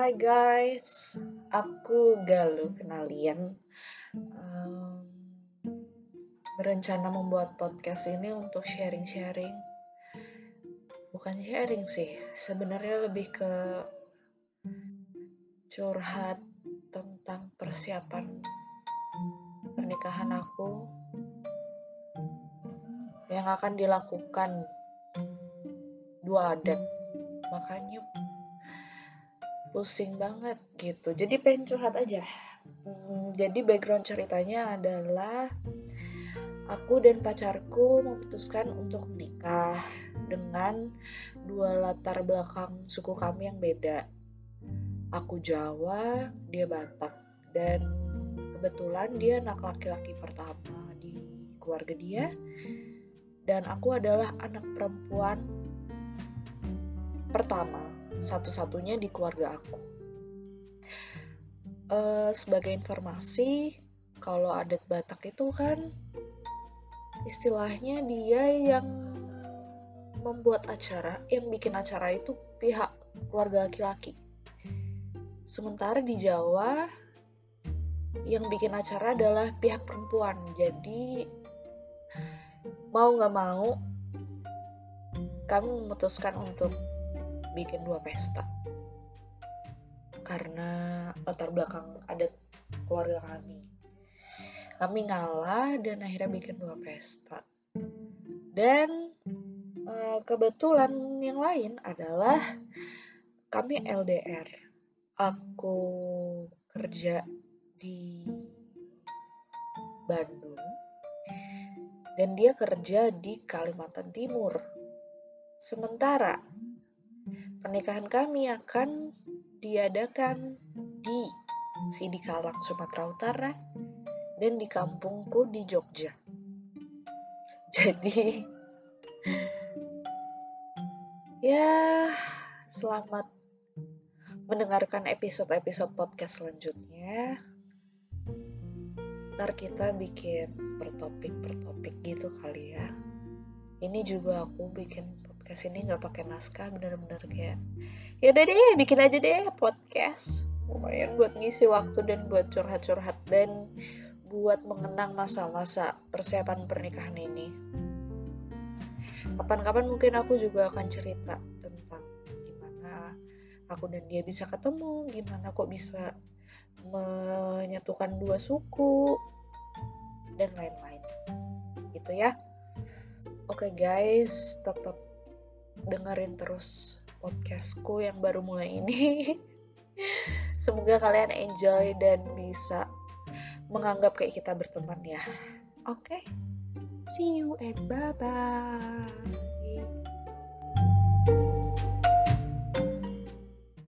Hai guys, aku Galuh, kenalian. Em, Berencana membuat podcast ini untuk sharing-sharing. Bukan sharing sih, sebenarnya lebih ke curhat tentang persiapan pernikahan aku yang akan dilakukan 2 adat. Makanya pusing banget gitu. Jadi pengen curhat aja. Jadi background ceritanya adalah aku dan pacarku memutuskan untuk menikah dengan 2 latar belakang suku kami yang beda. Aku Jawa, dia Batak, dan kebetulan dia anak laki-laki pertama di keluarga dia, dan aku adalah anak perempuan pertama, satu-satunya di keluarga aku. Sebagai informasi, kalau adat Batak itu kan istilahnya dia yang membuat acara, yang bikin acara itu pihak keluarga laki-laki. Sementara di Jawa yang bikin acara adalah pihak perempuan. Jadi mau gak mau kami memutuskan untuk bikin 2 pesta karena latar belakang adat keluarga kami ngalah dan akhirnya bikin 2 pesta. Dan kebetulan yang lain adalah kami LDR. Aku kerja di Bandung dan dia kerja di Kalimantan Timur. Sementara pernikahan kami akan diadakan di Sidikalang, Sumatera Utara, dan di kampungku di Jogja. Jadi ya, selamat mendengarkan episode-episode podcast selanjutnya. Ntar kita bikin per topik gitu kali ya. Ini juga aku bikin podcast ini gak pakai naskah, bener-bener kayak yaudah deh, bikin aja deh podcast. Lumayan buat ngisi waktu dan buat curhat-curhat dan buat mengenang masa-masa persiapan pernikahan ini. Kapan-kapan mungkin aku juga akan cerita tentang gimana aku dan dia bisa ketemu, gimana kok bisa menyatukan 2 suku, dan lain-lain. Gitu ya. Oke guys, tetap dengerin terus podcastku yang baru mulai ini. Semoga kalian enjoy dan bisa menganggap kayak kita berteman ya. Oke, see you and bye-bye.